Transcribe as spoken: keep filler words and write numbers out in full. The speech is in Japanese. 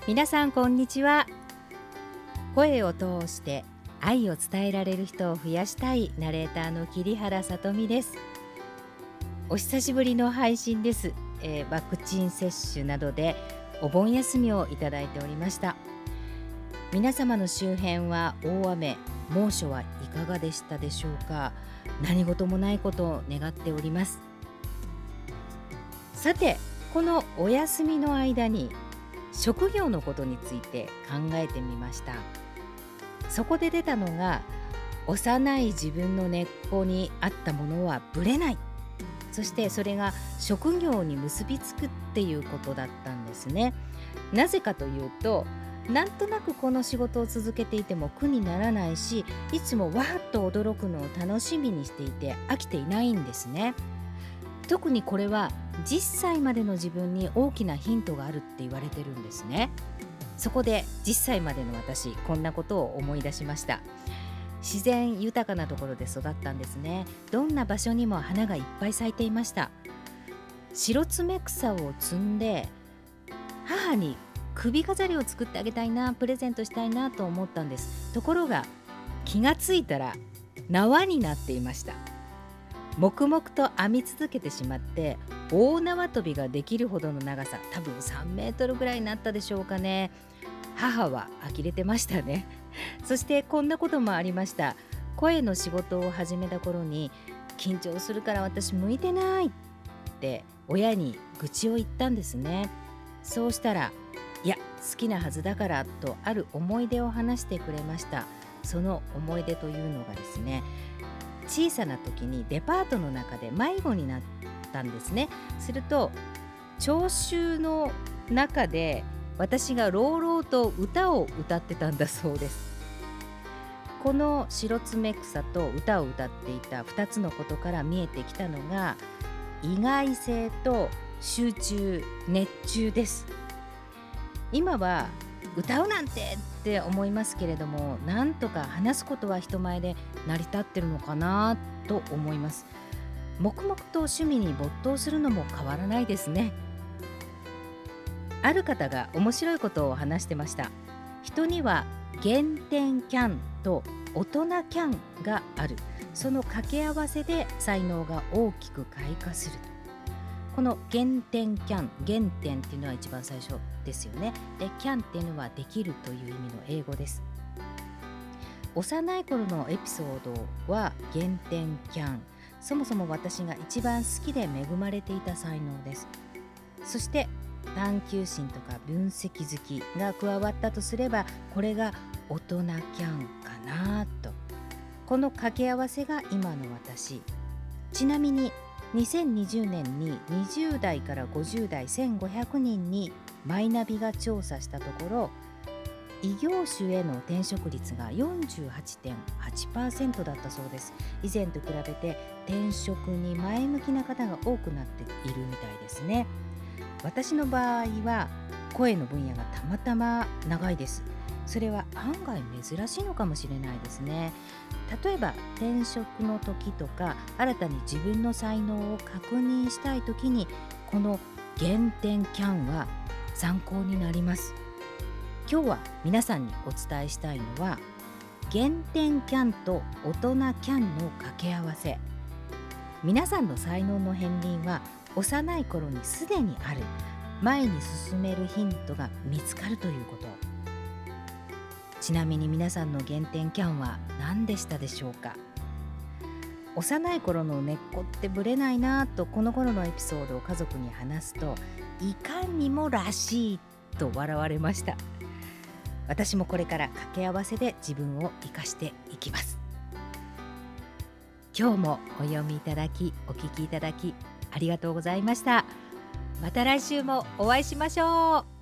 皆さんこんにちは。声を通して愛を伝えられる人を増やしたいナレーターの桐原さとみです。お久しぶりの配信です、えー、ワクチン接種などでお盆休みをいただいておりました。皆様の周辺は大雨猛暑はいかがでしたでしょうか。何事もないことを願っております。さて、このお休みの間に職業のことについて考えてみました。そこで出たのが、幼い自分の根っこにあったものはぶれない、そしてそれが職業に結びつくっていうことだったんですね。なぜかというと、なんとなくこの仕事を続けていても苦にならないし、いつもわーっと驚くのを楽しみにしていて飽きていないんですね。特にこれはじゅっさいまでの自分に大きなヒントがあるって言われてるんですね。そこでじゅっさいまでの私、こんなことを思い出しました。自然豊かなところで育ったんですね。どんな場所にも花がいっぱい咲いていました。白爪草を摘んで母に首飾りを作ってあげたいな、プレゼントしたいなと思ったんです。ところが気がついたら縄になっていました。黙々と編み続けてしまって、大縄跳びができるほどの長さ、多分さんメートルぐらいになったでしょうかね。母は呆れてましたね。そしてこんなこともありました。声の仕事を始めた頃に、緊張するから私向いてないって親に愚痴を言ったんですね。そうしたら、いや好きなはずだからとある思い出を話してくれました。その思い出というのがですね、小さな時にデパートの中で迷子になったんですね。すると聴衆の中で私が朗々と歌を歌ってたんだそうです。この白爪草と歌を歌っていたふたつのことから見えてきたのが、意外性と集中、熱中です。今は歌うなんてって思いますけれども、なんとか話すことは人前で成り立ってるのかなと思います。黙々と趣味に没頭するのも変わらないですね。ある方が面白いことを話してました。人には原点キャンと大人キャンがある。その掛け合わせで才能が大きく開花する。この原点キャン、原点っていうのは一番最初ですよね。で、キャンっていうのはできるという意味の英語です。幼い頃のエピソードは原点キャン。そもそも私が一番好きで恵まれていた才能です。そして探求心とか分析好きが加わったとすれば、これが大人キャンかなと。この掛け合わせが今の私。ちなみににせんにじゅうねんににじゅうだいからごじゅうだいせんごひゃくにんにマイナビが調査したところ、異業種への転職率が よんじゅうはちてんはちパーセント だったそうです。以前と比べて転職に前向きな方が多くなっているみたいですね。私の場合は声の分野がたまたま長いです。それは案外珍しいのかもしれないですね。例えば転職の時とか、新たに自分の才能を確認したい時に、この原点キャンは参考になります。今日は皆さんにお伝えしたいのは、原点キャンと大人キャンの掛け合わせ。皆さんの才能の片鱗は幼い頃にすでにある。前に進めるヒントが見つかるということ。ちなみに皆さんの原点キャンは何でしたでしょうか。幼い頃の根っこってぶれないなと、この頃のエピソードを家族に話すと、いかにもらしいと笑われました。私もこれから掛け合わせで自分を生かしていきます。今日もお読みいただき、お聞きいただきありがとうございました。また来週もお会いしましょう。